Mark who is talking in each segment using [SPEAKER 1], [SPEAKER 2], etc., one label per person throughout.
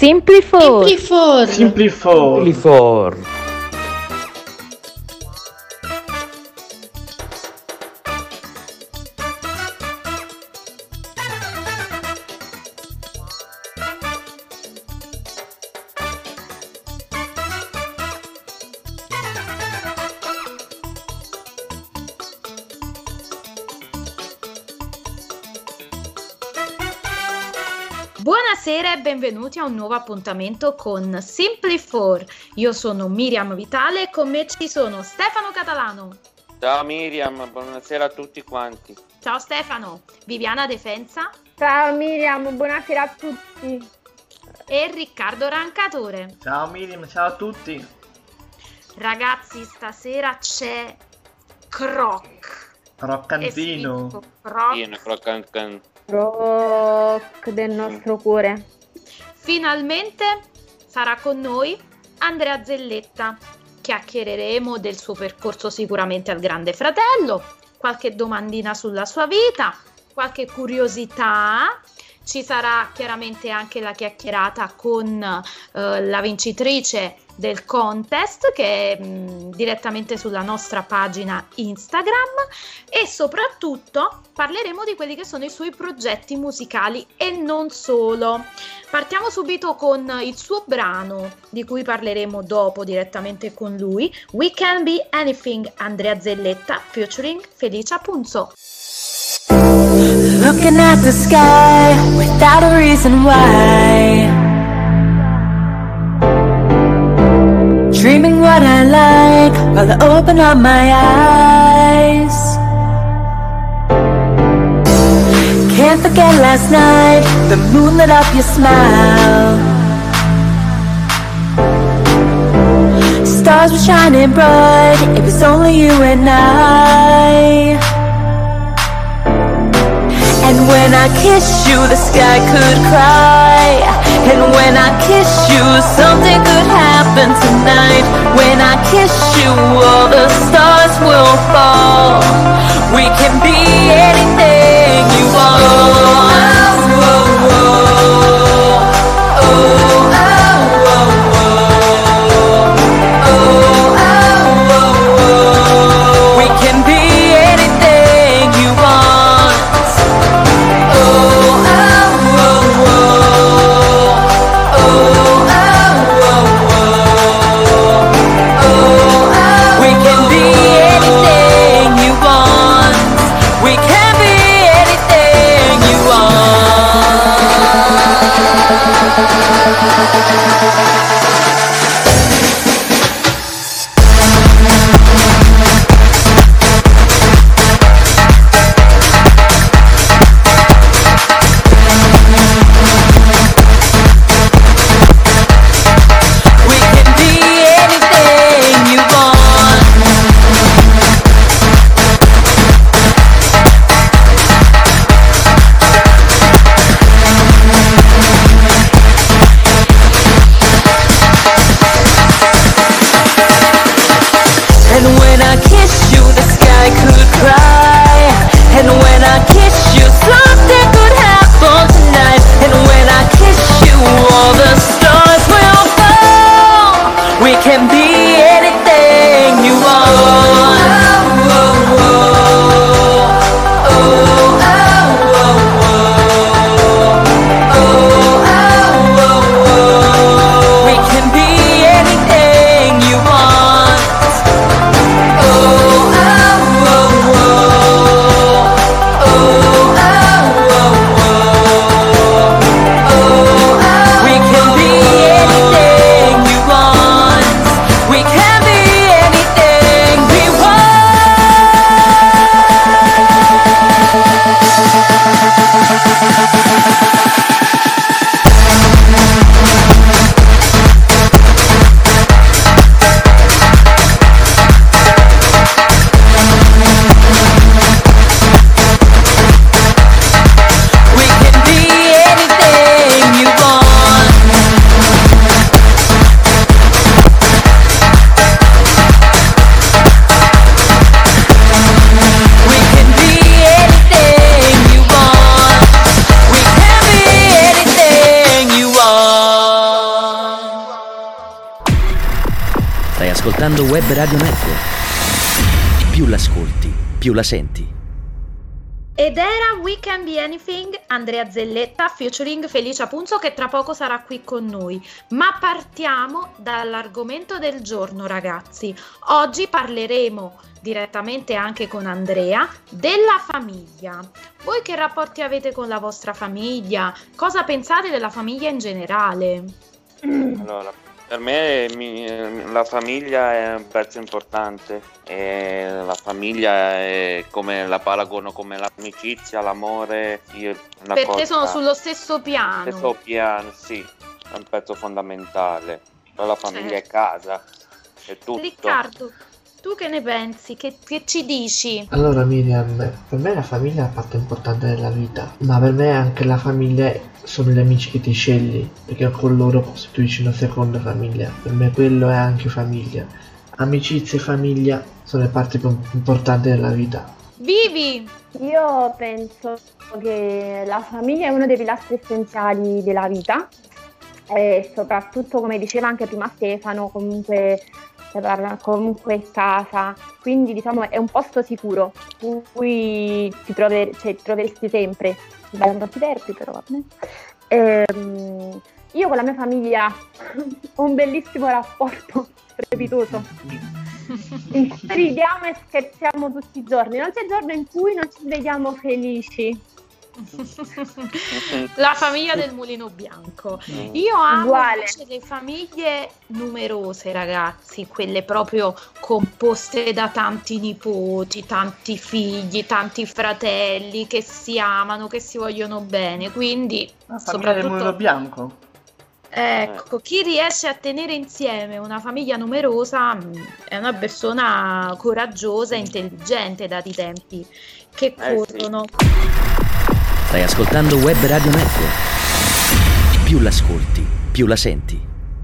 [SPEAKER 1] Simplifor.
[SPEAKER 2] Buonasera e benvenuti a un nuovo appuntamento con Simplifor. Io sono Miriam Vitale e con me ci sono Stefano Catalano.
[SPEAKER 3] Ciao Miriam, buonasera a tutti quanti.
[SPEAKER 2] Ciao Stefano. Viviana Defensa.
[SPEAKER 4] Ciao Miriam, buonasera a tutti.
[SPEAKER 2] E Riccardo Rancatore.
[SPEAKER 5] Ciao Miriam, ciao a tutti.
[SPEAKER 2] Ragazzi, stasera c'è
[SPEAKER 5] Croccantino.
[SPEAKER 4] Rock del nostro cuore.
[SPEAKER 2] Finalmente sarà con noi Andrea Zelletta. Chiacchiereremo del suo percorso sicuramente al Grande Fratello, qualche domandina sulla sua vita, qualche curiosità. Ci sarà chiaramente anche la chiacchierata con la vincitrice del contest che è direttamente sulla nostra pagina Instagram, e soprattutto parleremo di quelli che sono i suoi progetti musicali e non solo. Partiamo subito con il suo brano di cui parleremo dopo direttamente con lui, We Can Be Anything, Andrea Zelletta featuring Felicia Punzo.
[SPEAKER 6] Looking at the sky without a reason why, dreaming what I like while I open up my eyes. Can't forget last night, the moon lit up your smile. Stars were shining bright, it was only you and I. And when I kiss you, the sky could cry. And when I kiss you, something could happen tonight. When I kiss you, all the stars will fall. We can be anything you want. We can be anything you want. We can be anything you want. We can be anything you We can be anything you want.
[SPEAKER 1] ascoltando Web Radio Network. Più l'ascolti, più la senti.
[SPEAKER 2] Ed era We Can Be Anything, Andrea Zelletta featuring Felicia Punzo, che tra poco sarà qui con noi. Ma partiamo dall'argomento del giorno, ragazzi. Oggi parleremo direttamente anche con Andrea della famiglia. Voi che rapporti avete con la vostra famiglia? Cosa pensate della famiglia in generale?
[SPEAKER 3] Allora, per me la famiglia è un pezzo importante, e la famiglia è come la paragono come l'amicizia, l'amore.
[SPEAKER 2] Per te sono sullo stesso piano.
[SPEAKER 3] Stesso piano, sì, è un pezzo fondamentale. Però la famiglia è casa, è tutto.
[SPEAKER 2] Riccardo, tu che ne pensi? Che ci dici?
[SPEAKER 7] Allora Miriam, per me la famiglia è una parte importante della vita, ma per me anche la famiglia sono gli amici che ti scegli, perché con loro costituisci una seconda famiglia. Per me quello è anche famiglia. Amicizia e famiglia sono le parti più importanti della vita.
[SPEAKER 2] Vivi!
[SPEAKER 4] Io penso che la famiglia è uno dei pilastri essenziali della vita e soprattutto, come diceva anche prima Stefano, comunque casa, quindi diciamo è un posto sicuro in cui ti troveresti sempre. Sbagliando tanti verbi, però vabbè. Io con la mia famiglia ho un bellissimo rapporto strepitoso in cui ridiamo e scherziamo tutti i giorni. Non c'è giorno in cui non ci vediamo felici.
[SPEAKER 2] La famiglia del Mulino Bianco. Io amo invece le famiglie numerose, ragazzi, quelle proprio composte da tanti nipoti, tanti figli, tanti fratelli che si amano, che si vogliono bene. Quindi
[SPEAKER 5] la famiglia del Mulino Bianco.
[SPEAKER 2] Ecco, chi riesce a tenere insieme una famiglia numerosa è una persona coraggiosa e intelligente, dati i tempi che corrono.
[SPEAKER 1] Stai ascoltando Web Radio Network. Più l'ascolti, più la senti.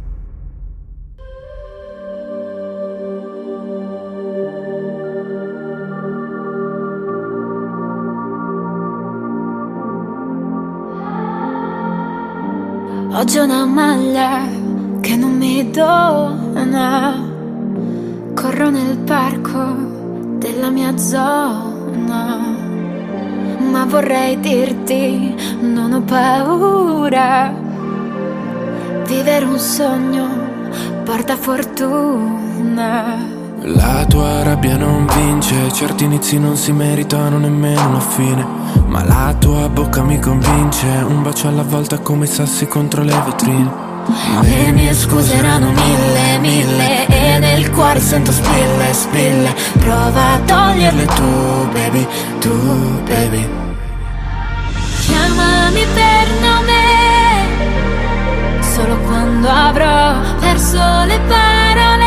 [SPEAKER 6] Oggi ho una maglia che non mi dona. Corro nel parco della mia zona. Ma vorrei dirti, non ho paura. Vivere un sogno porta fortuna.
[SPEAKER 8] La tua rabbia non vince, certi inizi non si meritano nemmeno una fine. Ma la tua bocca mi convince, un bacio alla volta come i sassi contro le vetrine.
[SPEAKER 6] Le mie scuse erano mille e nel cuore sento spille. Prova a toglierle tu, baby. Chiamami per nome, solo quando avrò perso le parole.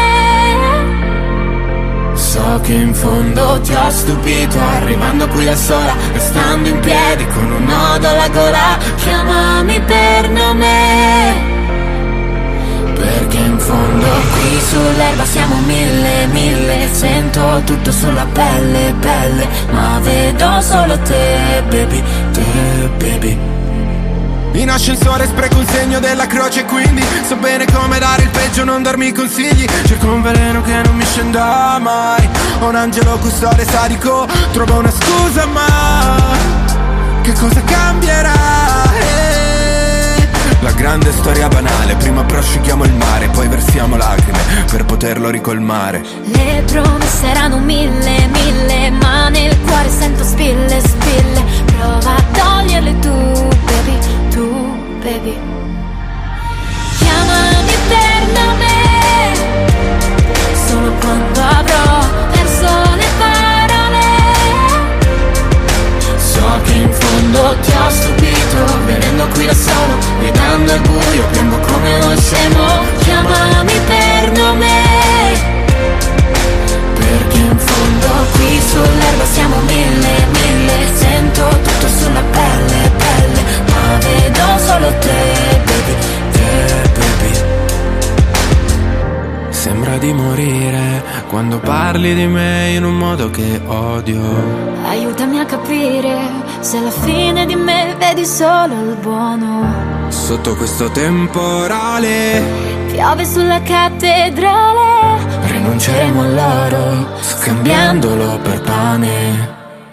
[SPEAKER 8] So che in fondo ti ho stupito, arrivando qui da sola, restando in piedi con un nodo alla gola.
[SPEAKER 6] Chiamami per nome,
[SPEAKER 8] perché in fondo
[SPEAKER 6] qui sull'erba siamo mille. Sento tutto sulla pelle, ma vedo solo te, baby.
[SPEAKER 8] In ascensore spreco un segno della croce, quindi so bene come dare il peggio, non darmi consigli. Cerco un veleno che non mi scenda mai. Ho un angelo custode sadico, trovo una scusa, ma che cosa cambierà? La grande storia banale, prima prosciughiamo il mare, poi versiamo lacrime per poterlo ricolmare.
[SPEAKER 6] Le promesse erano mille, ma nel cuore sento spille. Prova a toglierle tu, baby. Chiamami per nome, solo quando avrò perso le parole.
[SPEAKER 8] So che in fondo ti ho stupito, venendo qui da solo, guidando il buio, piango come noi siamo.
[SPEAKER 6] Chiamami per nome,
[SPEAKER 8] perché in fondo
[SPEAKER 6] qui sull'erba siamo mille. Sento tutto sulla pelle, ma vedo solo te, baby.
[SPEAKER 8] Sembra di morire quando parli di me in un modo che odio.
[SPEAKER 6] Aiutami a capire se alla fine di me vedi solo il buono.
[SPEAKER 8] Sotto questo temporale
[SPEAKER 6] piove sulla cattedrale.
[SPEAKER 8] rinunceremo all'oro, scambiandolo per pane.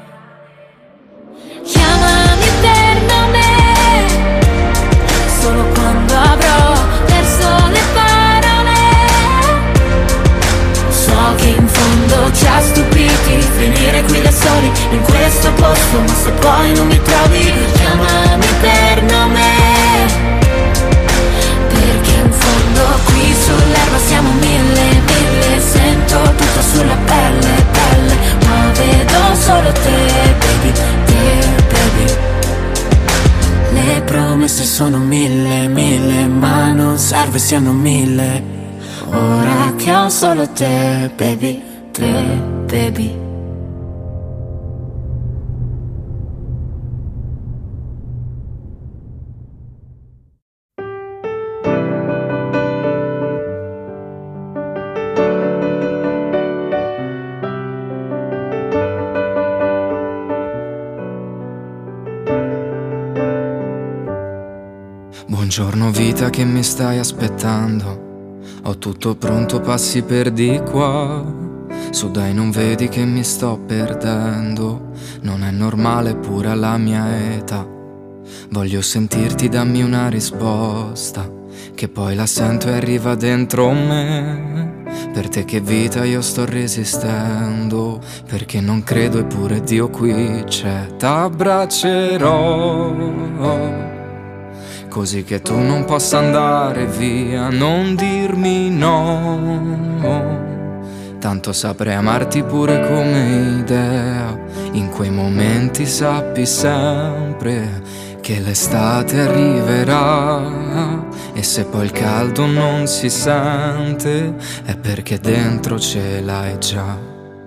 [SPEAKER 6] Chiamami per nome, solo quando avrò perso le parole. So che in fondo ci ha stupiti finire qui da soli in questo posto, ma se poi non mi trovi, chiamami per nome, perché in fondo qui sull'erba siamo mille, sento tutto sulla pelle, ma vedo solo te, baby, baby. Le promesse sono mille, ma non serve siano mille. Ora che ho solo te, baby, baby.
[SPEAKER 8] Buongiorno vita che mi stai aspettando, ho tutto pronto, passi per di qua. Su dai, non vedi che mi sto perdendo, non è normale pure alla mia età. Voglio sentirti, dammi una risposta, che poi la sento e arriva dentro me. Per te che vita io sto resistendo, perché non credo eppure Dio qui c'è. T'abbraccerò così che tu non possa andare via, non dirmi no. Tanto saprei amarti pure come idea. In quei momenti sappi sempre che l'estate arriverà, e se poi il caldo non si sente è perché dentro ce l'hai già.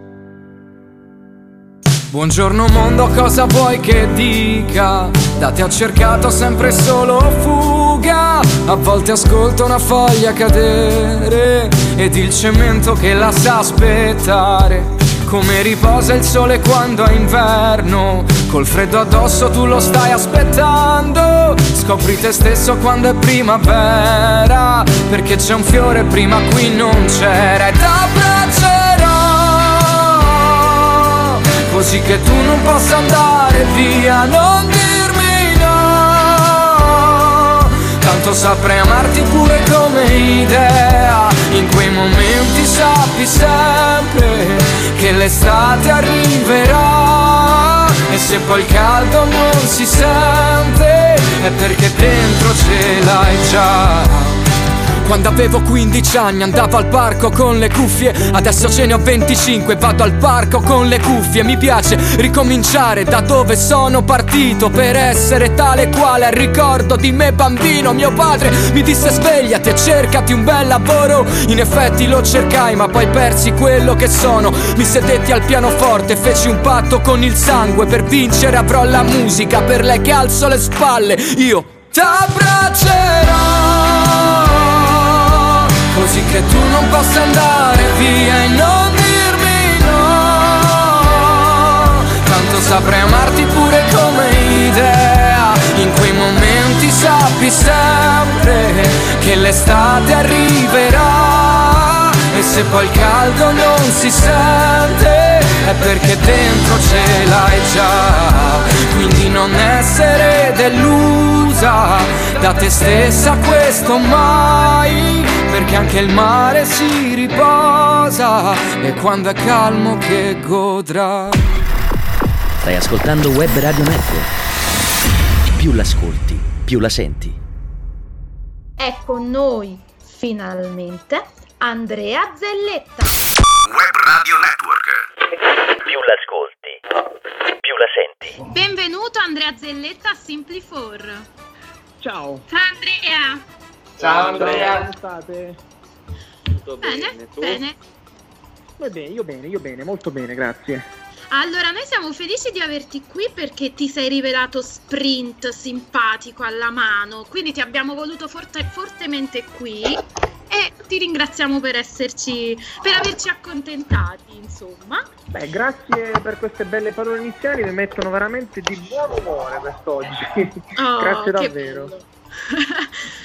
[SPEAKER 8] Buongiorno mondo, cosa vuoi che dica? Da te ho cercato sempre solo fuga. A volte ascolto una foglia cadere ed il cemento che la sa aspettare. Come riposa il sole quando è inverno, col freddo addosso tu lo stai aspettando. Scopri te stesso quando è primavera, perché c'è un fiore prima qui non c'era. E t'abbraccerò così che tu non possa andare via, non dirmi no. Tanto saprei amarti pure come idea. In quei momenti sappi sempre che l'estate arriverà, e se poi il caldo non si sente è perché dentro ce l'hai già. Quando avevo 15 anni andavo al parco con le cuffie, adesso ce ne ho 25 e vado al parco con le cuffie. Mi piace ricominciare da dove sono partito, per essere tale quale al ricordo di me bambino. Mio padre mi disse svegliati e cercati un bel lavoro. In effetti lo cercai ma poi persi quello che sono. Mi sedetti al pianoforte e feci un patto con il sangue, per vincere avrò la musica, per lei che alzo le spalle io t'abbraccerò così che tu non possa andare via e non dirmi no. Tanto saprei amarti pure come idea. In quei momenti sappi sempre che l'estate arriverà, e se poi il caldo non si sente è perché dentro ce l'hai già. Quindi non essere delusa da te stessa, questo mai, perché anche il mare si riposa e quando è calmo che godrà.
[SPEAKER 1] Stai ascoltando Web Radio Network. Più l'ascolti, più la senti.
[SPEAKER 2] È con noi finalmente Andrea Zelletta.
[SPEAKER 9] Web Radio Network. Più l'ascolti, più la senti.
[SPEAKER 2] Benvenuto Andrea Zelletta a Simply4.
[SPEAKER 10] Ciao.
[SPEAKER 2] Ciao Andrea.
[SPEAKER 5] Ciao Andrea.
[SPEAKER 10] Come state?
[SPEAKER 3] Tutto
[SPEAKER 2] Bene,
[SPEAKER 3] tu?
[SPEAKER 2] bene.
[SPEAKER 10] Io bene, molto bene, grazie.
[SPEAKER 2] Allora, noi siamo felici di averti qui perché ti sei rivelato sprint, simpatico, alla mano, quindi ti abbiamo voluto fortemente qui e ti ringraziamo per averci accontentati, insomma.
[SPEAKER 10] Beh, grazie per queste belle parole iniziali, mi mettono veramente di buon umore quest'oggi.
[SPEAKER 2] Oh,
[SPEAKER 10] grazie
[SPEAKER 2] che
[SPEAKER 10] davvero.
[SPEAKER 2] bello.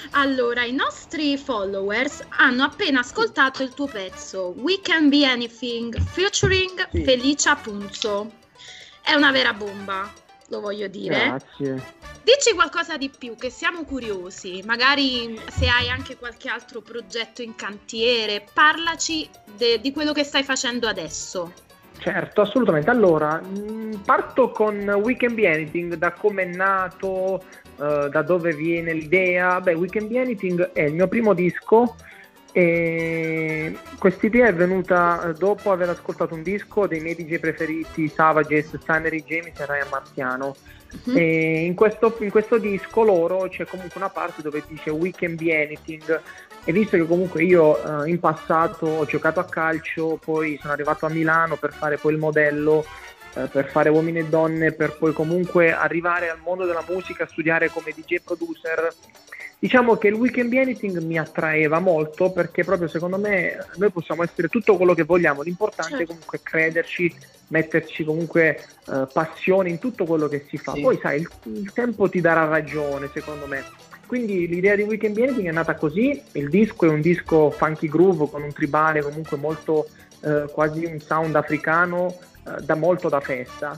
[SPEAKER 2] Allora, i nostri followers hanno appena ascoltato il tuo pezzo We Can Be Anything featuring Felicia Punzo. È una vera bomba, lo voglio dire.
[SPEAKER 10] Grazie.
[SPEAKER 2] Dici qualcosa di più, che siamo curiosi. Magari se hai anche qualche altro progetto in cantiere, parlaci di quello che stai facendo adesso.
[SPEAKER 10] Certo, assolutamente. Allora, parto con We Can Be Anything, da come è nato, da dove viene l'idea. Beh, We Can Be Anything è il mio primo disco e quest'idea è venuta dopo aver ascoltato un disco dei miei DJ preferiti, Savages, Sunnery James e Ryan Marciano. E in questo disco loro c'è comunque una parte dove dice We Can Be Anything, e visto che comunque io in passato ho giocato a calcio, poi sono arrivato a Milano per fare poi il modello, per fare Uomini e Donne, per poi comunque arrivare al mondo della musica, studiare come DJ producer, diciamo che il We Can Be Anything mi attraeva molto, perché proprio secondo me noi possiamo essere tutto quello che vogliamo, l'importante è comunque crederci, metterci comunque passione in tutto quello che si fa. Poi sai, il tempo ti darà ragione, secondo me. Quindi l'idea di We Can Be Anything è nata così. Il disco è un disco funky groove con un tribale comunque molto quasi un sound africano, molto da festa.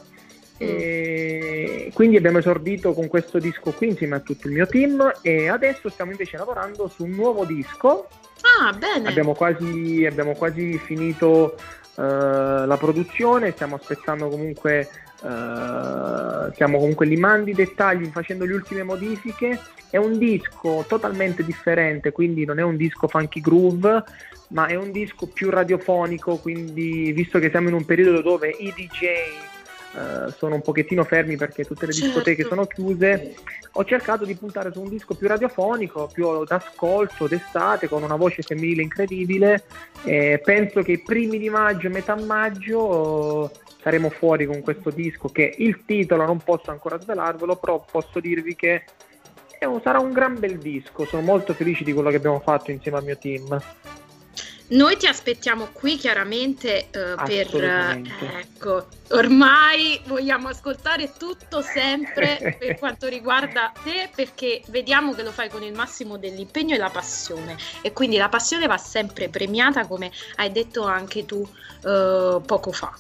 [SPEAKER 10] E quindi abbiamo esordito con questo disco qui insieme a tutto il mio team, e adesso stiamo invece lavorando su un nuovo disco.
[SPEAKER 2] Bene.
[SPEAKER 10] Abbiamo quasi finito la produzione, stiamo aspettando comunque, stiamo comunque limando i dettagli, facendo le ultime modifiche. È un disco totalmente differente, quindi non è un disco funky groove, ma è un disco più radiofonico, quindi visto che siamo in un periodo dove i DJ sono un pochettino fermi perché tutte le discoteche sono chiuse, ho cercato di puntare su un disco più radiofonico, più d'ascolto, d'estate, con una voce femminile incredibile. Penso che i primi di maggio, metà maggio, saremo fuori con questo disco, che il titolo non posso ancora svelarvelo, però posso dirvi che sarà un gran bel disco. Sono molto felice di quello che abbiamo fatto insieme al mio team.
[SPEAKER 2] Noi ti aspettiamo qui chiaramente ecco, ormai vogliamo ascoltare tutto sempre per quanto riguarda te, perché vediamo che lo fai con il massimo dell'impegno e la passione, e quindi la passione va sempre premiata, come hai detto anche tu poco fa.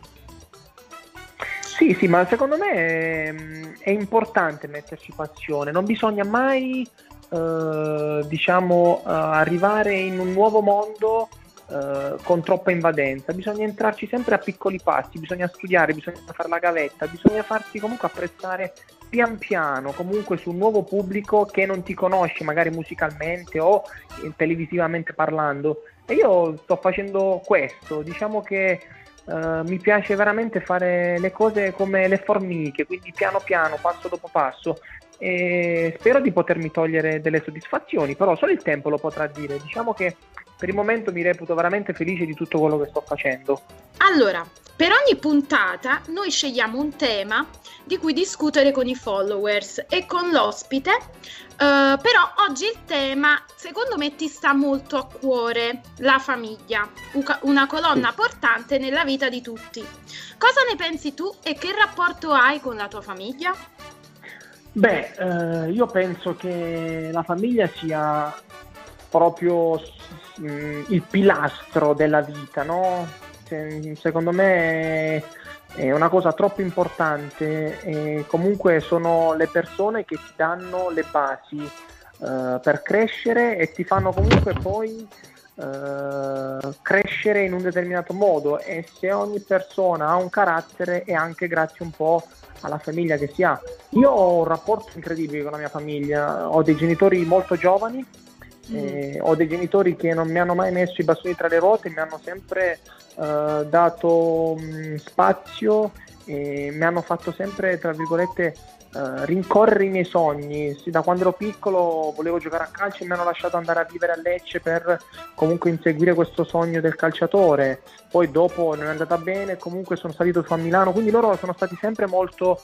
[SPEAKER 10] Sì, ma secondo me è importante metterci passione, non bisogna mai arrivare in un nuovo mondo con troppa invadenza, bisogna entrarci sempre a piccoli passi, bisogna studiare, bisogna fare la gavetta, bisogna farsi comunque apprezzare pian piano comunque su un nuovo pubblico che non ti conosce magari musicalmente o televisivamente parlando. E io sto facendo questo, diciamo che mi piace veramente fare le cose come le formiche, quindi piano piano, passo dopo passo, e spero di potermi togliere delle soddisfazioni, però solo il tempo lo potrà dire. Diciamo che per il momento mi reputo veramente felice di tutto quello che sto facendo.
[SPEAKER 2] Allora, per ogni puntata noi scegliamo un tema di cui discutere con i followers e con l'ospite, però oggi il tema secondo me ti sta molto a cuore: la famiglia, una colonna portante nella vita di tutti. Cosa ne pensi tu e che rapporto hai con la tua famiglia?
[SPEAKER 10] Beh, io penso che la famiglia sia proprio il pilastro della vita, no? Secondo me è una cosa troppo importante, e comunque sono le persone che ti danno le basi per crescere e ti fanno comunque poi crescere in un determinato modo, e se ogni persona ha un carattere è anche grazie un po' alla famiglia che si ha. Io ho un rapporto incredibile con la mia famiglia, ho dei genitori molto giovani, ho dei genitori che non mi hanno mai messo i bastoni tra le ruote, mi hanno sempre dato spazio e mi hanno fatto sempre, tra virgolette, rincorrere i miei sogni. Sì, da quando ero piccolo volevo giocare a calcio e mi hanno lasciato andare a vivere a Lecce per comunque inseguire questo sogno del calciatore. Poi dopo non è andata bene, comunque sono salito su a Milano, quindi loro sono stati sempre molto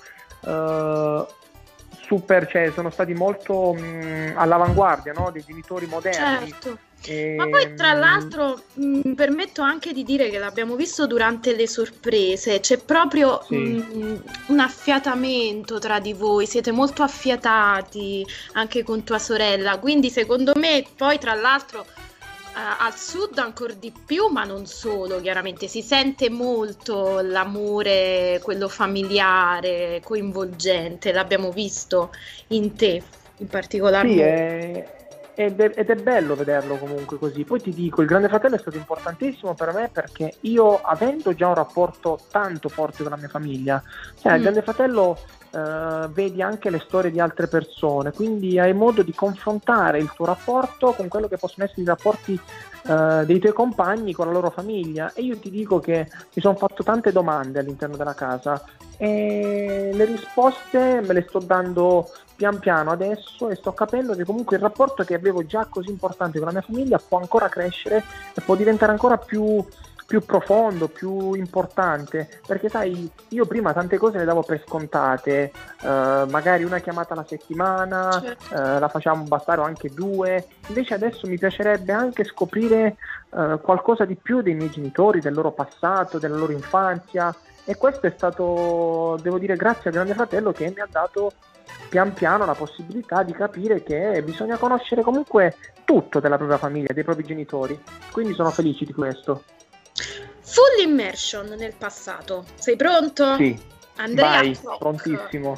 [SPEAKER 10] super, cioè sono stati molto all'avanguardia, no? Dei genitori moderni.
[SPEAKER 2] Certo. Ma poi tra l'altro mi permetto anche di dire che l'abbiamo visto durante le sorprese, c'è proprio un affiatamento tra di voi, siete molto affiatati anche con tua sorella, quindi secondo me poi tra l'altro al sud ancora di più, ma non solo, chiaramente si sente molto l'amore, quello familiare, coinvolgente, l'abbiamo visto in te in particolar modo.
[SPEAKER 10] Ed è bello vederlo comunque così. Poi ti dico, il Grande Fratello è stato importantissimo per me perché io, avendo già un rapporto tanto forte con la mia famiglia, il Grande Fratello vedi anche le storie di altre persone, quindi hai modo di confrontare il tuo rapporto con quello che possono essere i rapporti dei tuoi compagni con la loro famiglia. E io ti dico che mi sono fatto tante domande all'interno della casa e le risposte me le sto dando pian piano adesso, e sto capendo che comunque il rapporto che avevo già così importante con la mia famiglia può ancora crescere e può diventare ancora più profondo, più importante, perché sai, io prima tante cose le davo per scontate, magari una chiamata alla settimana, la facciamo bastare, o anche 2, invece adesso mi piacerebbe anche scoprire qualcosa di più dei miei genitori, del loro passato, della loro infanzia, e questo è stato, devo dire, grazie al Grande Fratello, che mi ha dato pian piano la possibilità di capire che bisogna conoscere comunque tutto della propria famiglia, dei propri genitori, quindi sono felice di questo.
[SPEAKER 2] Full immersion nel passato. Sei pronto?
[SPEAKER 10] Sì.
[SPEAKER 2] Andrea,
[SPEAKER 10] vai, prontissimo.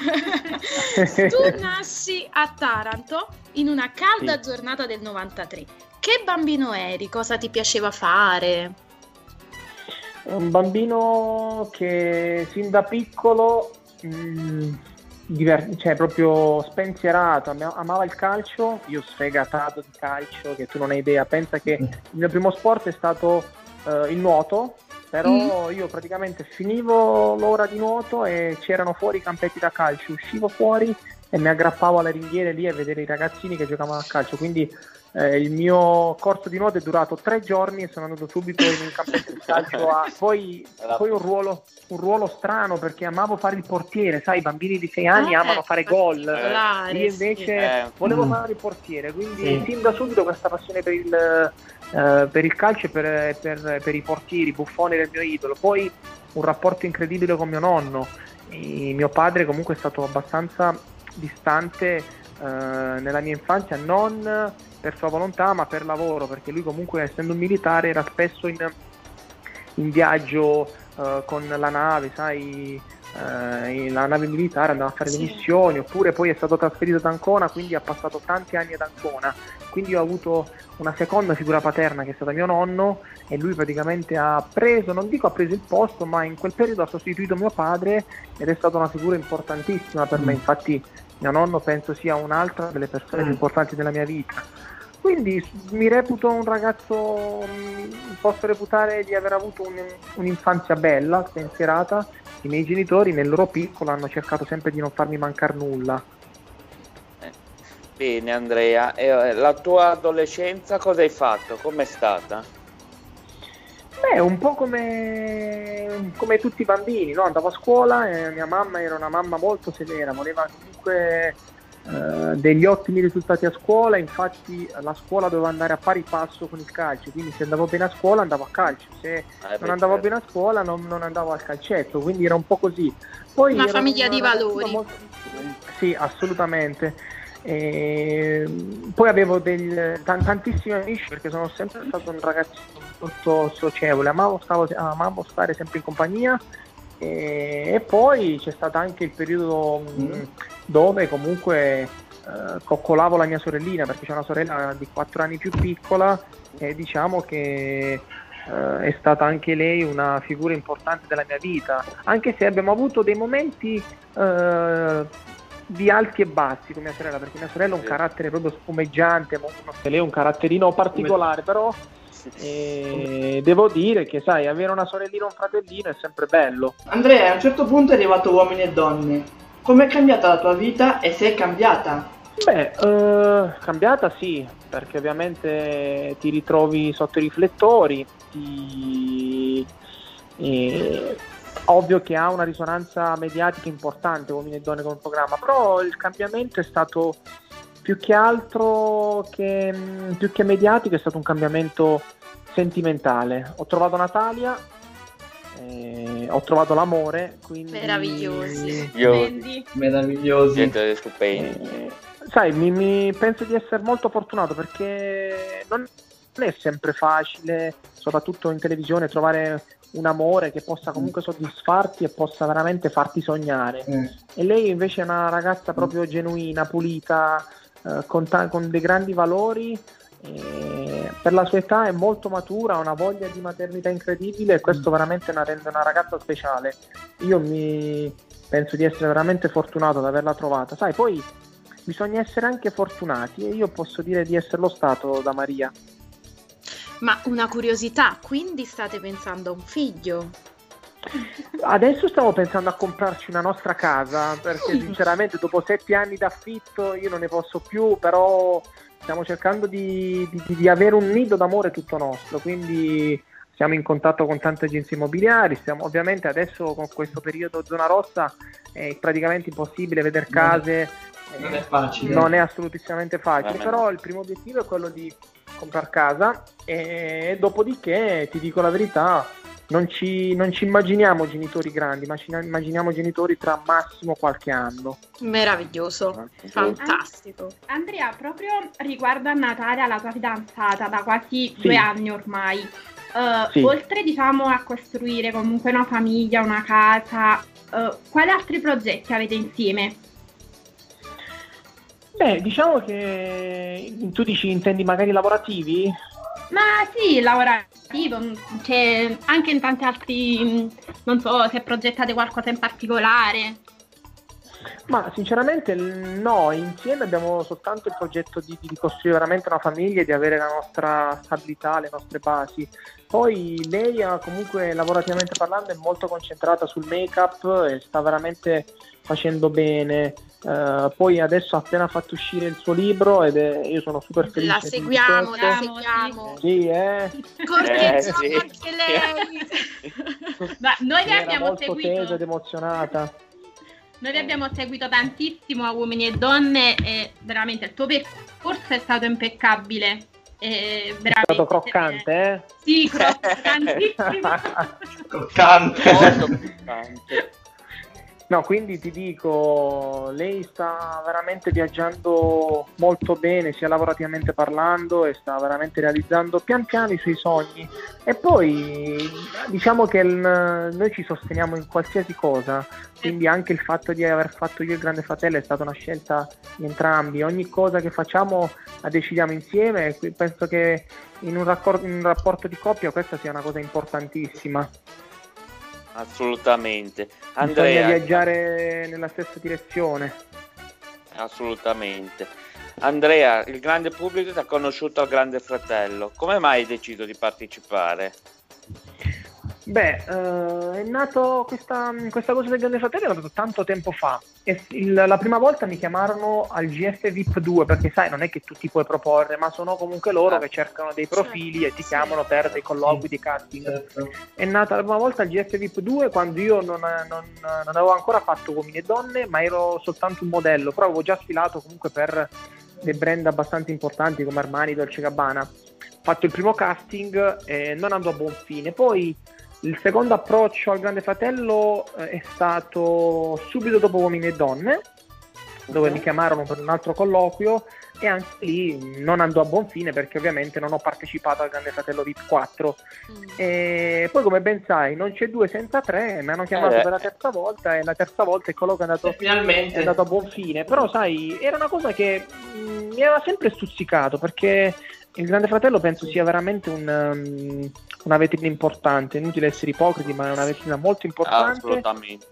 [SPEAKER 2] Tu nasci a Taranto in una calda giornata del 93. Che bambino eri? Cosa ti piaceva fare?
[SPEAKER 10] Un bambino che sin da piccolo cioè proprio spensierato, amava il calcio, io sfegatato di calcio che tu non hai idea. Pensa che il mio primo sport è stato il nuoto, però io praticamente finivo l'ora di nuoto e c'erano fuori i campetti da calcio, uscivo fuori e mi aggrappavo alle ringhiere lì a vedere i ragazzini che giocavano a calcio, quindi il mio corso di nuoto è durato 3 giorni e sono andato subito in un campetto di calcio poi un ruolo strano, perché amavo fare il portiere, sai, i bambini di 6 anni amano fare gol, io invece volevo fare il portiere, quindi sin da subito questa passione per il calcio e per i portieri. Buffon era il mio idolo, poi un rapporto incredibile con mio nonno, e mio padre comunque è stato abbastanza distante nella mia infanzia, non per sua volontà ma per lavoro, perché lui comunque, essendo un militare, era spesso in viaggio con la nave, sai, la nave militare, andava a fare le missioni, oppure poi è stato trasferito ad Ancona, quindi ha passato tanti anni ad Ancona, quindi ho avuto una seconda figura paterna che è stata mio nonno, e lui praticamente ha preso il posto, ma in quel periodo ha sostituito mio padre, ed è stata una figura importantissima per me. Infatti mio nonno penso sia un'altra delle persone più importanti della mia vita. Quindi mi reputo un ragazzo, posso reputare di aver avuto un'infanzia bella, spensierata. I miei genitori nel loro piccolo hanno cercato sempre di non farmi mancare nulla.
[SPEAKER 3] Bene Andrea, la tua adolescenza cosa hai fatto? Com'è stata?
[SPEAKER 10] Beh, un po' come tutti i bambini, no? Andavo a scuola e mia mamma era una mamma molto severa, voleva comunque degli ottimi risultati a scuola, infatti la scuola doveva andare a pari passo con il calcio, quindi se andavo bene a scuola andavo a calcio, se non andavo bene a scuola non andavo al calcetto, quindi era un po' così. Poi
[SPEAKER 2] una famiglia di valori.
[SPEAKER 10] Sì, assolutamente. E poi avevo tantissimi amici, perché sono sempre stato un ragazzino molto socievole, amavo stare sempre in compagnia, e poi c'è stato anche il periodo dove comunque coccolavo la mia sorellina, perché c'è una sorella di 4 anni più piccola, e diciamo che è stata anche lei una figura importante della mia vita, anche se abbiamo avuto dei momenti di alti e bassi con mia sorella, perché mia sorella ha un carattere proprio spumeggiante, lei ha un caratterino particolare, però devo dire che, sai, avere una sorellina o un fratellino è sempre bello.
[SPEAKER 5] Andrea, a un certo punto è arrivato Uomini e Donne. Com'è cambiata la tua vita e se è cambiata?
[SPEAKER 10] Beh, cambiata sì, perché ovviamente ti ritrovi sotto i riflettori, ovvio che ha una risonanza mediatica importante Uomini e Donne come programma, però il cambiamento è stato più che altro che mediatico è stato un cambiamento sentimentale. Ho trovato Natalia, ho trovato l'amore, quindi
[SPEAKER 2] meravigliosi.
[SPEAKER 5] Meravigliosi.
[SPEAKER 3] Siete stupendi.
[SPEAKER 10] Sai, mi penso di essere molto fortunato, perché non è sempre facile, soprattutto in televisione, trovare un amore che possa comunque soddisfarti e possa veramente farti sognare. E lei invece è una ragazza proprio genuina, pulita, con dei grandi valori. Per la sua età è molto matura, ha una voglia di maternità incredibile, e questo veramente la rende una ragazza speciale. Io penso di essere veramente fortunato ad averla trovata. Sai, poi bisogna essere anche fortunati, e io posso dire di esserlo stato da Maria.
[SPEAKER 2] Ma una curiosità, quindi state pensando a un figlio?
[SPEAKER 10] Adesso stavo pensando a comprarci una nostra casa, perché sinceramente dopo 7 anni d'affitto io non ne posso più, però stiamo cercando di avere un nido d'amore tutto nostro, quindi siamo in contatto con tante agenzie immobiliari. Ovviamente adesso con questo periodo zona rossa è praticamente impossibile vedere case,
[SPEAKER 5] non è facile,
[SPEAKER 10] non è assolutamente facile, però il primo obiettivo è quello di comprare casa, e dopodiché ti dico la verità, non ci immaginiamo genitori grandi, ma ci immaginiamo genitori tra massimo qualche anno.
[SPEAKER 2] Meraviglioso, fantastico.
[SPEAKER 11] Andrea, proprio riguardo a Natalia, la tua fidanzata da quasi 2 anni ormai, oltre diciamo a costruire comunque una famiglia, una casa, quali altri progetti avete insieme?
[SPEAKER 10] Beh, diciamo che tu intendi magari lavorativi?
[SPEAKER 11] Ma sì, lavorativo, cioè, anche in tanti altri, non so se progettate qualcosa in particolare.
[SPEAKER 10] Ma sinceramente no, insieme abbiamo soltanto il progetto di costruire veramente una famiglia e di avere la nostra stabilità, le nostre basi. Poi lei comunque lavorativamente parlando è molto concentrata sul make-up e sta veramente facendo bene. Poi adesso ha appena fatto uscire il suo libro io sono super felice.
[SPEAKER 2] La seguiamo.
[SPEAKER 10] Sì,
[SPEAKER 2] corteggiamo anche lei.
[SPEAKER 11] Ma noi vi
[SPEAKER 10] era
[SPEAKER 11] abbiamo
[SPEAKER 10] molto
[SPEAKER 11] seguito
[SPEAKER 10] tesa ed emozionata.
[SPEAKER 11] Noi vi abbiamo seguito tantissimo a Uomini e Donne, e veramente il tuo percorso è stato impeccabile. È
[SPEAKER 10] stato croccante,
[SPEAKER 11] Sì, croccantissimo.
[SPEAKER 5] Croccante.
[SPEAKER 3] Molto croccante.
[SPEAKER 10] No, quindi ti dico, lei sta veramente viaggiando molto bene, sia lavorativamente parlando, e sta veramente realizzando pian piano i suoi sogni. E poi diciamo che noi ci sosteniamo in qualsiasi cosa, quindi anche il fatto di aver fatto io il Grande Fratello è stata una scelta di entrambi. Ogni cosa che facciamo la decidiamo insieme, e penso che in un rapporto di coppia questa sia una cosa importantissima.
[SPEAKER 3] Assolutamente.
[SPEAKER 10] Andrea, bisogna viaggiare nella stessa direzione.
[SPEAKER 3] Assolutamente. Andrea, il grande pubblico ti ha conosciuto al Grande Fratello. Come mai hai deciso di partecipare?
[SPEAKER 10] Beh, è nato questa cosa del Grande Fratello è nato tanto tempo fa. La prima volta mi chiamarono al GF VIP 2, perché sai, non è che tu ti puoi proporre, ma sono comunque loro che cercano dei profili e ti chiamano per dei colloqui di casting. È nata la prima volta al GF VIP 2 quando io non avevo ancora fatto Uomini e Donne, ma ero soltanto un modello, però avevo già sfilato comunque per dei brand abbastanza importanti come Armani, Dolce & Gabbana. Ho fatto il primo casting e non andò a buon fine. Poi il secondo approccio al Grande Fratello è stato subito dopo Uomini e Donne, dove mi chiamarono per un altro colloquio, e anche lì non andò a buon fine perché ovviamente non ho partecipato al Grande Fratello VIP 4. E poi, come ben sai, non c'è 2 senza 3, mi hanno chiamato per la terza volta, e la terza volta è quello che è andato a buon fine. Però sai, era una cosa che mi aveva sempre stuzzicato, perché il Grande Fratello penso sia veramente una vetrina importante, inutile essere ipocriti, ma è una vetrina molto importante.
[SPEAKER 3] Assolutamente.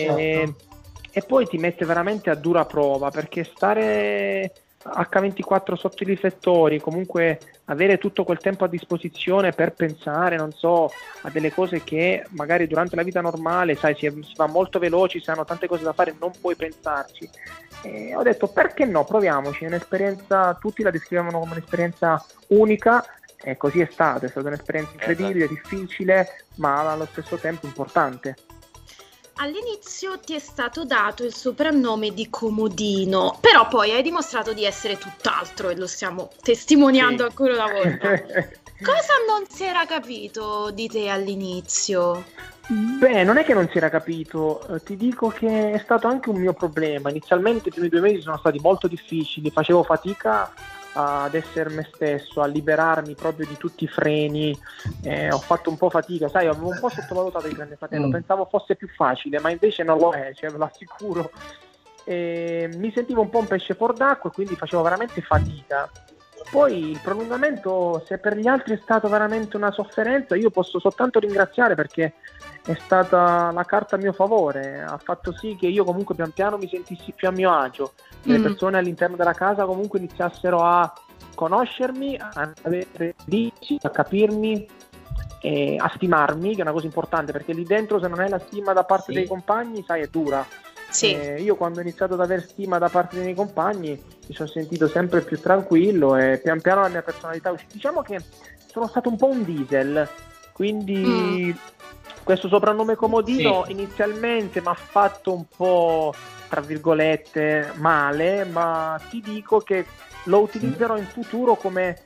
[SPEAKER 10] E poi ti mette veramente a dura prova, perché stare H24 sotto i riflettori, comunque avere tutto quel tempo a disposizione per pensare, non so, a delle cose che magari durante la vita normale, sai, si va molto veloci, si hanno tante cose da fare, non puoi pensarci. E ho detto, perché no, proviamoci, è un'esperienza, tutti la descrivono come un'esperienza unica, e così è stata un'esperienza incredibile, difficile, ma allo stesso tempo importante.
[SPEAKER 2] all'inizio ti è stato dato il soprannome di Comodino, però poi hai dimostrato di essere tutt'altro e lo stiamo testimoniando ancora una volta. Cosa non si era capito di te all'inizio?
[SPEAKER 10] Beh, non è che non si era capito, ti dico che è stato anche un mio problema. Inizialmente i primi 2 mesi sono stati molto difficili, facevo fatica ad essere me stesso, a liberarmi proprio di tutti i freni, ho fatto un po' fatica, sai, avevo un po' sottovalutato il Grande Fratello, pensavo fosse più facile, ma invece non lo è, cioè, ve lo assicuro. Mi sentivo un po' un pesce fuor d'acqua e quindi facevo veramente fatica. Poi il prolungamento, se per gli altri è stato veramente una sofferenza, io posso soltanto ringraziare perché è stata la carta a mio favore, ha fatto sì che io comunque pian piano mi sentissi più a mio agio, le persone all'interno della casa comunque iniziassero a conoscermi, a avere giudizi, a capirmi e a stimarmi, che è una cosa importante, perché lì dentro se non hai la stima da parte dei compagni, sai, è dura. Io quando ho iniziato ad avere stima da parte dei miei compagni mi sono sentito sempre più tranquillo e pian piano la mia personalità uscì. Diciamo che sono stato un po' un diesel, quindi questo soprannome Comodino inizialmente mi ha fatto un po', tra virgolette, male, ma ti dico che lo utilizzerò in futuro come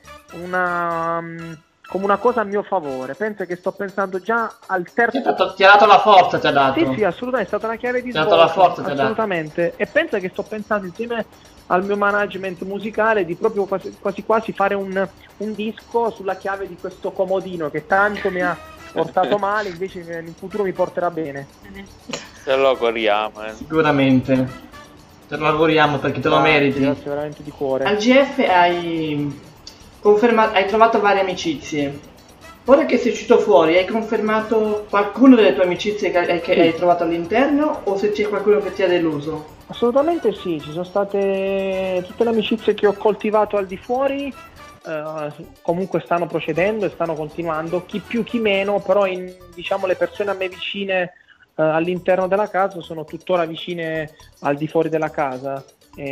[SPEAKER 10] una cosa a mio favore. Penso che sto pensando già al terzo.
[SPEAKER 5] Ti ha dato la forza, ti ha dato.
[SPEAKER 10] Sì, assolutamente, è stata una chiave di
[SPEAKER 5] svolta. Ti ha dato la forza,
[SPEAKER 10] assolutamente. E penso che sto pensando insieme al mio management musicale di proprio quasi quasi fare un disco sulla chiave di questo Comodino che tanto mi ha portato male, invece in futuro mi porterà bene.
[SPEAKER 3] Se lo auguriamo.
[SPEAKER 5] Sicuramente. Te lo auguriamo perché te lo meriti.
[SPEAKER 10] Grazie veramente di cuore.
[SPEAKER 5] Al GF hai trovato varie amicizie. Ora che sei uscito fuori, hai confermato qualcuno delle tue amicizie che hai trovato all'interno o se c'è qualcuno che ti ha deluso?
[SPEAKER 10] Assolutamente sì, ci sono state tutte le amicizie che ho coltivato al di fuori, comunque stanno procedendo e stanno continuando, chi più chi meno, però diciamo le persone a me vicine all'interno della casa sono tuttora vicine al di fuori della casa.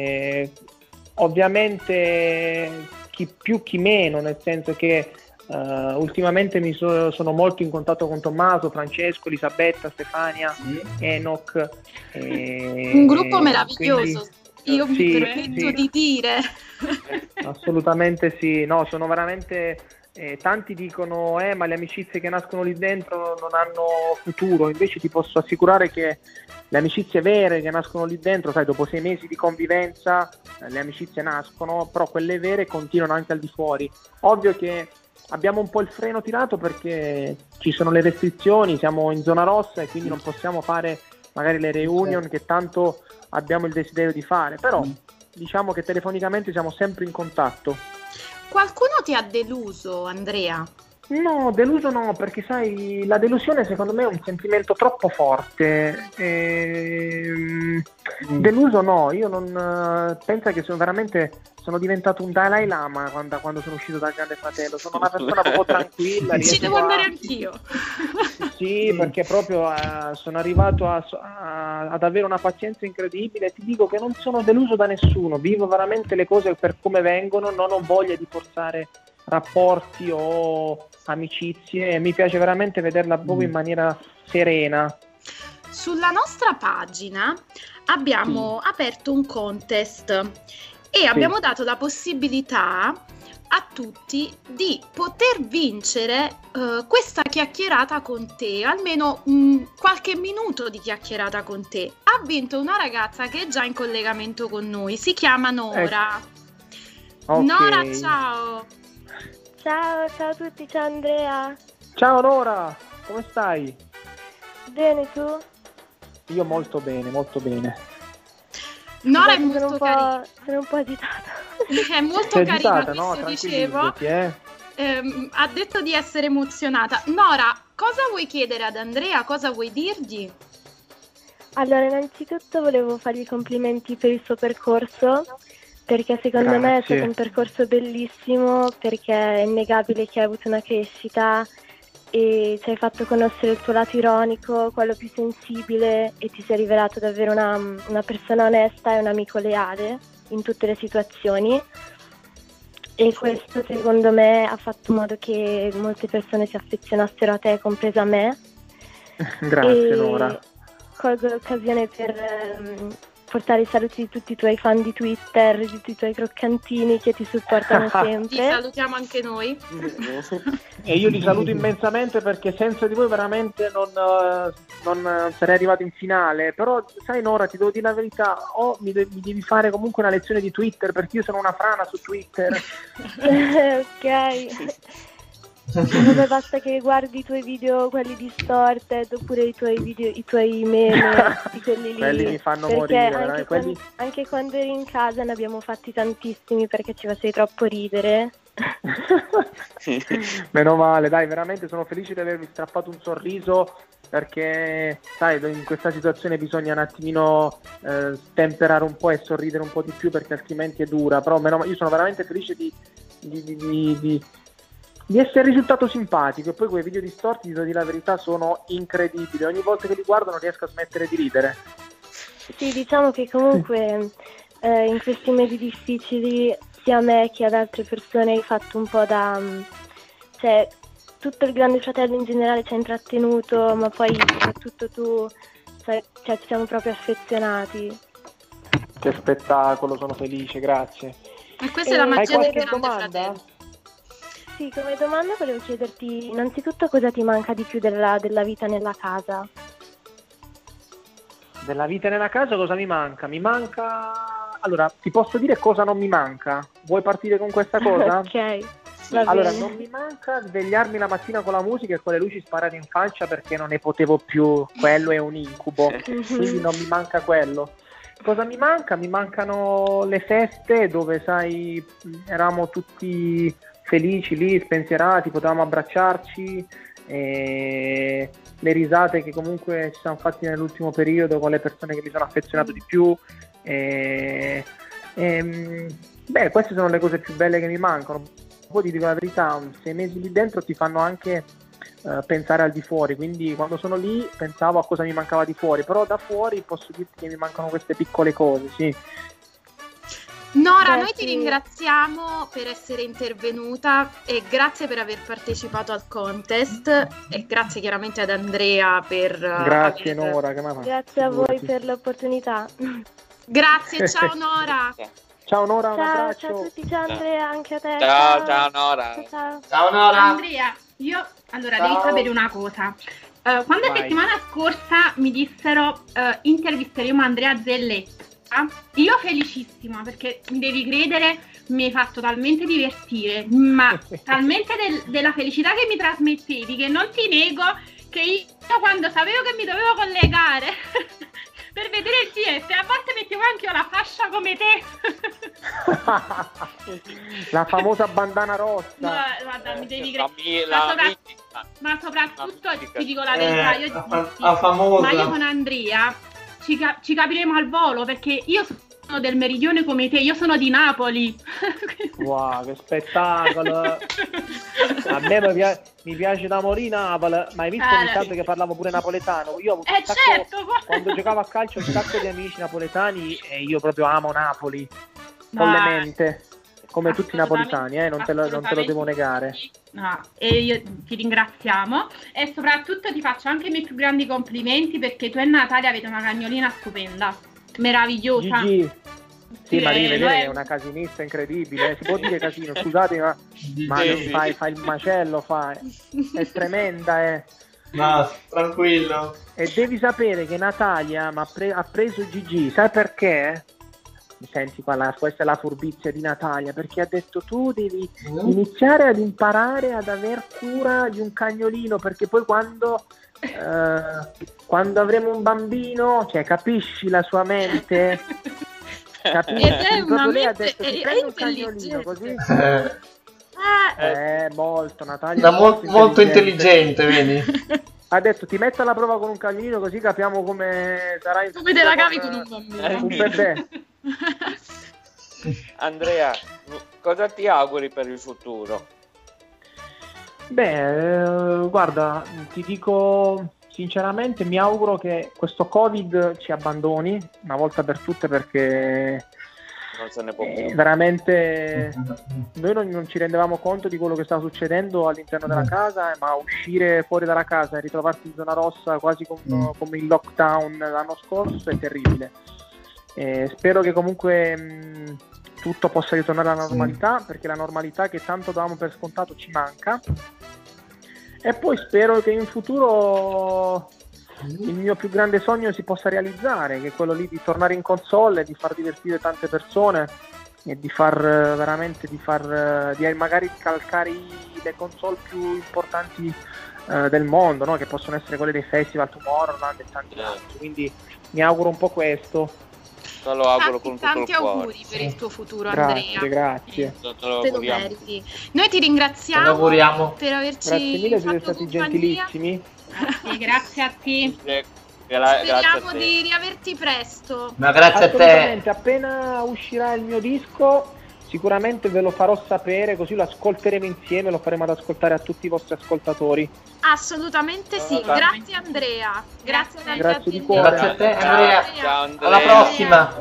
[SPEAKER 10] Ovviamente chi più chi meno, nel senso che ultimamente sono molto in contatto con Tommaso, Francesco, Elisabetta, Stefania, Enoch.
[SPEAKER 2] Un gruppo meraviglioso, io mi permetto di dire.
[SPEAKER 10] Assolutamente sì, no, sono veramente tanti dicono ma le amicizie che nascono lì dentro non hanno futuro, invece ti posso assicurare che le amicizie vere che nascono lì dentro, sai, dopo 6 mesi di convivenza le amicizie nascono, però quelle vere continuano anche al di fuori. Ovvio che abbiamo un po' il freno tirato perché ci sono le restrizioni, siamo in zona rossa e quindi non possiamo fare magari le reunion che tanto abbiamo il desiderio di fare, però diciamo che telefonicamente siamo sempre in contatto.
[SPEAKER 2] Qualcuno ti ha deluso, Andrea?
[SPEAKER 10] No, deluso no, perché sai, la delusione secondo me è un sentimento troppo forte. Deluso no, io non penso che sono diventato un Dalai Lama quando sono uscito dal Grande Fratello. Sono una persona proprio tranquilla.
[SPEAKER 2] Ci devo andare anch'io.
[SPEAKER 10] Sì, perché proprio sono arrivato ad avere una pazienza incredibile. Ti dico che non sono deluso da nessuno, vivo veramente le cose per come vengono, non ho voglia di forzare rapporti o amicizie, mi piace veramente vederla proprio in maniera serena.
[SPEAKER 2] Sulla nostra pagina abbiamo aperto un contest e abbiamo dato la possibilità a tutti di poter vincere questa chiacchierata con te, almeno qualche minuto di chiacchierata con te. Ha vinto una ragazza che è già in collegamento con noi, si chiama Nora.
[SPEAKER 10] Okay.
[SPEAKER 2] Nora, ciao!
[SPEAKER 12] Ciao a tutti, ciao Andrea.
[SPEAKER 10] Ciao Nora, come stai?
[SPEAKER 12] Bene, tu?
[SPEAKER 10] Io molto bene, molto bene.
[SPEAKER 2] Nora è molto carina.
[SPEAKER 12] Sono un po' agitata.
[SPEAKER 2] È molto carina,
[SPEAKER 10] no?
[SPEAKER 2] dicevo. Ha detto di essere emozionata. Nora, cosa vuoi chiedere ad Andrea? Cosa vuoi dirgli?
[SPEAKER 12] Allora, innanzitutto volevo fargli i complimenti per il suo percorso, perché secondo me è stato un percorso bellissimo, perché è innegabile che hai avuto una crescita e ci hai fatto conoscere il tuo lato ironico, quello più sensibile, e ti sei rivelato davvero una persona onesta e un amico leale in tutte le situazioni, e questo secondo me ha fatto in modo che molte persone si affezionassero a te, compresa me.
[SPEAKER 10] Grazie Nora.
[SPEAKER 12] colgo l'occasione per portare i saluti di tutti i tuoi fan di Twitter, di tutti i tuoi croccantini che ti supportano sempre.
[SPEAKER 2] Ti salutiamo anche noi.
[SPEAKER 10] E io li saluto immensamente perché senza di voi veramente non sarei arrivato in finale. Però sai Nora, ti devo dire la verità, mi devi fare comunque una lezione di Twitter perché io sono una frana su Twitter.
[SPEAKER 12] Ok. Vabbè, basta che guardi i tuoi video, quelli distorted, oppure i tuoi video, i tuoi meme, di quelli lì.
[SPEAKER 10] Quelli mi fanno
[SPEAKER 12] perché
[SPEAKER 10] morire,
[SPEAKER 12] anche quando eri in casa ne abbiamo fatti tantissimi perché ci facevi troppo ridere.
[SPEAKER 10] Meno male, dai, veramente sono felice di avervi strappato un sorriso perché, sai, in questa situazione bisogna un attimino temperare un po' e sorridere un po' di più perché altrimenti è dura. Però io sono veramente felice di essere risultato simpatico. E poi quei video distorti, ti devo dire la verità, sono incredibili. Ogni volta che li guardo non riesco a smettere di ridere.
[SPEAKER 12] Sì, diciamo che comunque in questi mesi difficili sia a me che ad altre persone hai fatto un po' cioè tutto il Grande Fratello in generale ci ha intrattenuto, ma poi soprattutto tu, cioè ci siamo proprio affezionati.
[SPEAKER 10] Che spettacolo, sono felice, grazie.
[SPEAKER 2] E questa è la magia del Grande
[SPEAKER 10] domanda?
[SPEAKER 2] Fratello.
[SPEAKER 12] Sì, come domanda volevo chiederti innanzitutto cosa ti manca di più della vita nella casa.
[SPEAKER 10] Della vita nella casa cosa mi manca? Mi manca... Allora, ti posso dire cosa non mi manca? Vuoi partire con questa cosa?
[SPEAKER 12] Ok,
[SPEAKER 10] allora, non mi manca svegliarmi la mattina con la musica e con le luci sparate in faccia perché non ne potevo più, quello è un incubo, quindi non mi manca quello. Cosa mi manca? Mi mancano le feste dove, sai, eravamo tutti felici lì, spensierati, potevamo abbracciarci, e le risate che comunque ci siamo fatti nell'ultimo periodo con le persone che mi sono affezionato di più. Beh, queste sono le cose più belle che mi mancano. Poi ti dico la verità, 6 mesi lì dentro ti fanno anche pensare al di fuori, quindi quando sono lì pensavo a cosa mi mancava di fuori, però da fuori posso dirti che mi mancano queste piccole cose, sì.
[SPEAKER 2] Nora, noi ti ringraziamo per essere intervenuta e grazie per aver partecipato al contest e grazie chiaramente ad Andrea per...
[SPEAKER 10] Grazie Nora, che mi ha fatto.
[SPEAKER 12] Grazie a voi per l'opportunità.
[SPEAKER 2] Grazie, ciao Nora.
[SPEAKER 10] Ciao Nora, un abbraccio.
[SPEAKER 12] Ciao a tutti, ciao Andrea, anche a te.
[SPEAKER 3] Ciao Nora.
[SPEAKER 5] Ciao Nora.
[SPEAKER 11] Andrea, devi sapere una cosa. Quando la settimana scorsa mi dissero intervisteremo Andrea Zelletta, io felicissima perché mi devi credere, mi hai fatto talmente divertire, ma talmente della felicità che mi trasmettevi che non ti nego che io quando sapevo che mi dovevo collegare per vedere il GF a volte mettevo anche io la fascia come te.
[SPEAKER 10] La famosa bandana rossa.
[SPEAKER 11] No, guarda, mi devi credere. Ma soprattutto ti dico la verità, ma io con Andrea ci capiremo al volo perché io sono del meridione come te, io sono di Napoli.
[SPEAKER 10] Wow, che spettacolo. A me mi piace da morire Napoli, ma hai visto ogni tanto che parlavo pure napoletano? Io ho avuto un sacco, quando giocavo a calcio un sacco di amici napoletani e io proprio amo Napoli follemente, come tutti i napoletani, non te lo devo negare.
[SPEAKER 11] No, e io ti ringraziamo e soprattutto ti faccio anche i miei più grandi complimenti perché tu e Natalia avete una cagnolina stupenda, meravigliosa.
[SPEAKER 10] Gigi. Sì, ma devi vedere, è una casinista incredibile, si può dire casino, scusate, ma fa il macello, è tremenda,
[SPEAKER 5] No, tranquillo.
[SPEAKER 10] E devi sapere che Natalia ha preso Gigi, sai perché? Senti qua, questa è la furbizia di Natalia, perché ha detto tu devi iniziare ad imparare ad aver cura di un cagnolino, perché poi quando avremo un bambino, cioè capisci la sua mente? Capisci? Proprio lei ha detto ti prendi un cagnolino così. Molto Natalia
[SPEAKER 5] molto intelligente, vedi?
[SPEAKER 10] Ha detto ti metto alla prova con un cagnolino così capiamo come sarai.
[SPEAKER 2] Come te la cavi con un bambino?
[SPEAKER 10] Un bebè.
[SPEAKER 3] Andrea, cosa ti auguri per il futuro?
[SPEAKER 10] Beh, guarda, ti dico sinceramente, mi auguro che questo Covid ci abbandoni una volta per tutte perché
[SPEAKER 3] non se ne può più.
[SPEAKER 10] Veramente noi non ci rendevamo conto di quello che stava succedendo all'interno della casa, ma uscire fuori dalla casa e ritrovarsi in zona rossa quasi come il lockdown l'anno scorso è terribile. Spero che comunque tutto possa ritornare alla normalità, perché la normalità che tanto davamo per scontato ci manca, e poi spero che in futuro il mio più grande sogno si possa realizzare, che è quello lì di tornare in console e di far divertire tante persone e di magari calcare le console più importanti del mondo, no? Che possono essere quelle dei festival, Tomorrowland e tanti altri. Quindi mi auguro un po' questo.
[SPEAKER 3] Te lo auguro con tutto
[SPEAKER 2] tanti
[SPEAKER 3] il cuore.
[SPEAKER 2] Auguri per il tuo futuro,
[SPEAKER 10] Grazie,
[SPEAKER 2] Andrea.
[SPEAKER 10] grazie.
[SPEAKER 2] Te lo meriti. Noi ti ringraziamo per averci
[SPEAKER 10] Grazie mille, siete
[SPEAKER 2] fatto
[SPEAKER 10] stati
[SPEAKER 2] compagnia.
[SPEAKER 10] gentilissimi.
[SPEAKER 11] Grazie a te.
[SPEAKER 2] Speriamo di riaverti presto.
[SPEAKER 13] Ma grazie a te.
[SPEAKER 10] Assolutamente, appena uscirà il mio disco sicuramente ve lo farò sapere, così lo ascolteremo insieme, lo faremo ad ascoltare a tutti i vostri ascoltatori.
[SPEAKER 2] Assolutamente sì. Grazie Andrea. Grazie
[SPEAKER 10] di cuore.
[SPEAKER 13] Grazie a te Andrea.
[SPEAKER 3] Ciao, Andrea.
[SPEAKER 13] Alla prossima.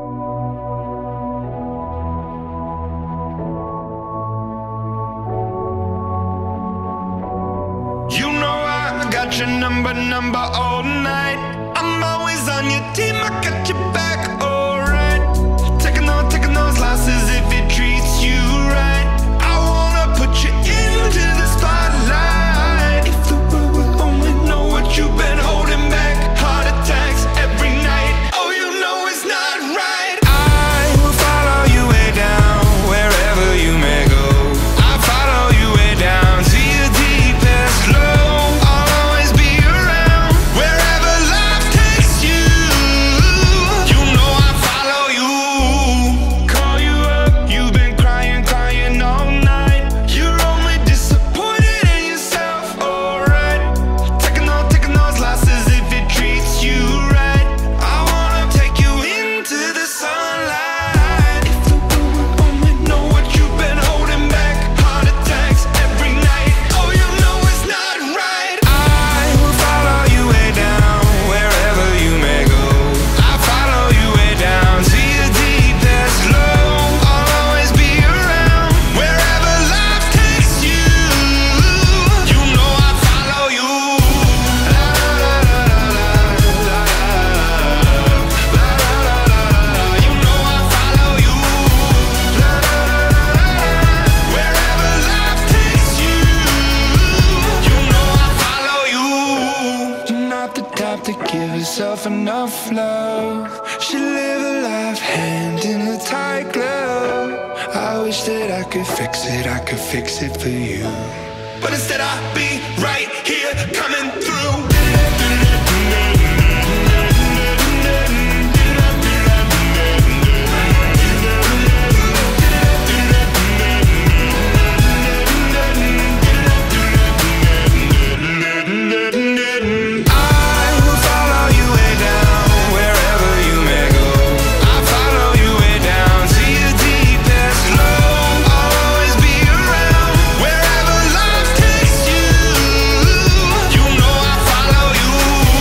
[SPEAKER 8] You know I got your number all night. I'm always on your team, I got your back, alright. Taking those losses if it treats you right. I wanna put you into the spotlight. If the world would only know what you've been holding back. Heart attacks every night. Oh, you know it's not right. I will follow you way down, wherever you may go. I follow you way down to your deepest low. I'll always be around, wherever life takes you. You know I follow you. Call you up, you've been crying all night. You're only disappointed in yourself, alright. Taking those losses if it treats you right. I wanna take you into the sunlight. If the world would only know what you've been holding back. Heart attacks every night. Oh, you know it's not right. I will follow you way down, wherever you may go. I follow you way down to your deepest low. I'll always be around, wherever life takes you. You know I follow you. You know I follow you. Wherever life takes you. You know I follow you. You're not the type to give yourself enough love. Should live a life hand in a tight glove. I wish that I could fix it for you. But instead I'll be right here coming through. I will follow you way down, wherever you may go. I follow you way down to your deepest low. I'll always be around, wherever life takes you. You know I follow you.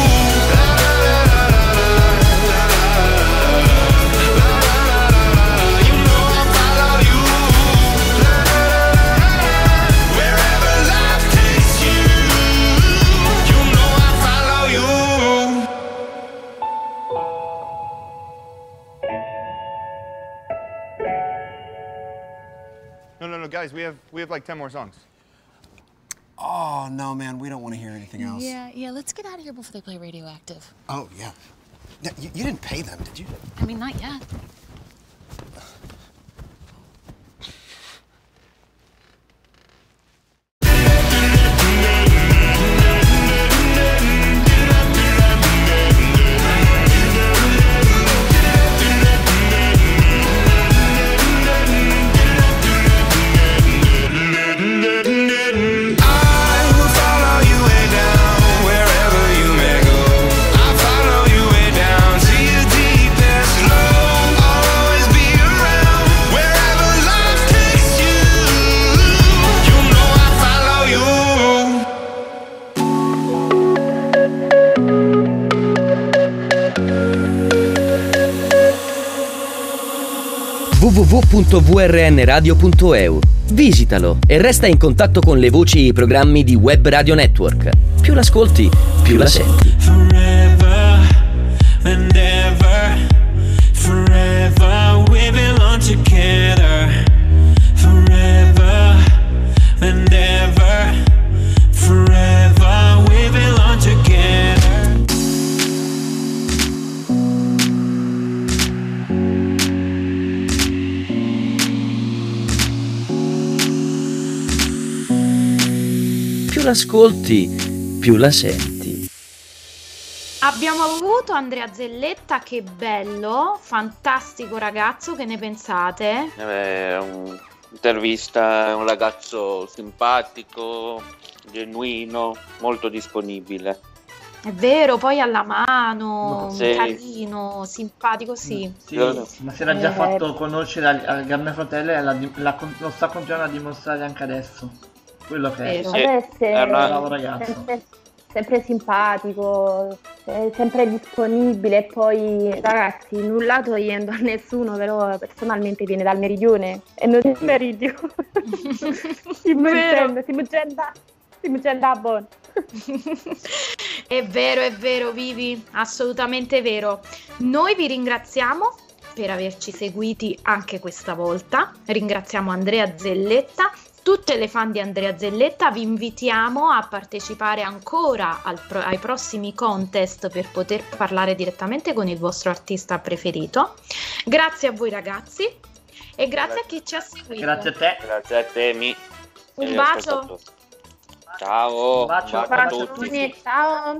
[SPEAKER 8] You know I follow you. Wherever life takes you. You know I follow you.
[SPEAKER 14] No, guys, we have like 10 more songs.
[SPEAKER 15] Oh, no, man, we don't want to hear anything else.
[SPEAKER 16] Yeah, let's get out of here before they play Radioactive.
[SPEAKER 15] Oh, yeah. You didn't pay them, did you?
[SPEAKER 16] I mean, not yet.
[SPEAKER 8] I will follow you way down, wherever you may go. I follow you way down to your deepest low. I'll
[SPEAKER 1] www.vrnradio.eu. Visitalo e resta in contatto con le voci e i programmi di Web Radio Network. Più l'ascolti, più la senti.
[SPEAKER 8] Forever and ever, forever we belong together. Forever and ever, forever we belong together.
[SPEAKER 1] Più l'ascolti, più la senti.
[SPEAKER 2] Abbiamo avuto Andrea Zelletta, che bello, fantastico ragazzo, che ne pensate?
[SPEAKER 3] Intervista, un ragazzo simpatico, genuino, molto disponibile.
[SPEAKER 2] È vero, poi alla mano,
[SPEAKER 3] Sì.
[SPEAKER 2] carino, simpatico, sì.
[SPEAKER 5] Sì, ma si era già fatto conoscere al Grande Fratello e lo sta continuando a dimostrare anche adesso. Quello che è.
[SPEAKER 4] Vabbè,
[SPEAKER 5] È un bravo ragazzo.
[SPEAKER 4] sempre simpatico, sempre disponibile. E poi, ragazzi, nulla togliendo a nessuno, però personalmente viene dal meridione e non dal meridio. Si muggenda buono.
[SPEAKER 2] È vero, Vivi, assolutamente vero. Noi vi ringraziamo per averci seguiti anche questa volta. Ringraziamo Andrea Zelletta. Tutte le fan di Andrea Zelletta vi invitiamo a partecipare ancora ai prossimi contest per poter parlare direttamente con il vostro artista preferito. Grazie a voi ragazzi e grazie a chi ci ha seguito.
[SPEAKER 5] Grazie a te.
[SPEAKER 3] Grazie a te,
[SPEAKER 2] Un bacio.
[SPEAKER 3] Ciao.
[SPEAKER 5] Un bacio
[SPEAKER 3] a tutti.
[SPEAKER 2] Ciao.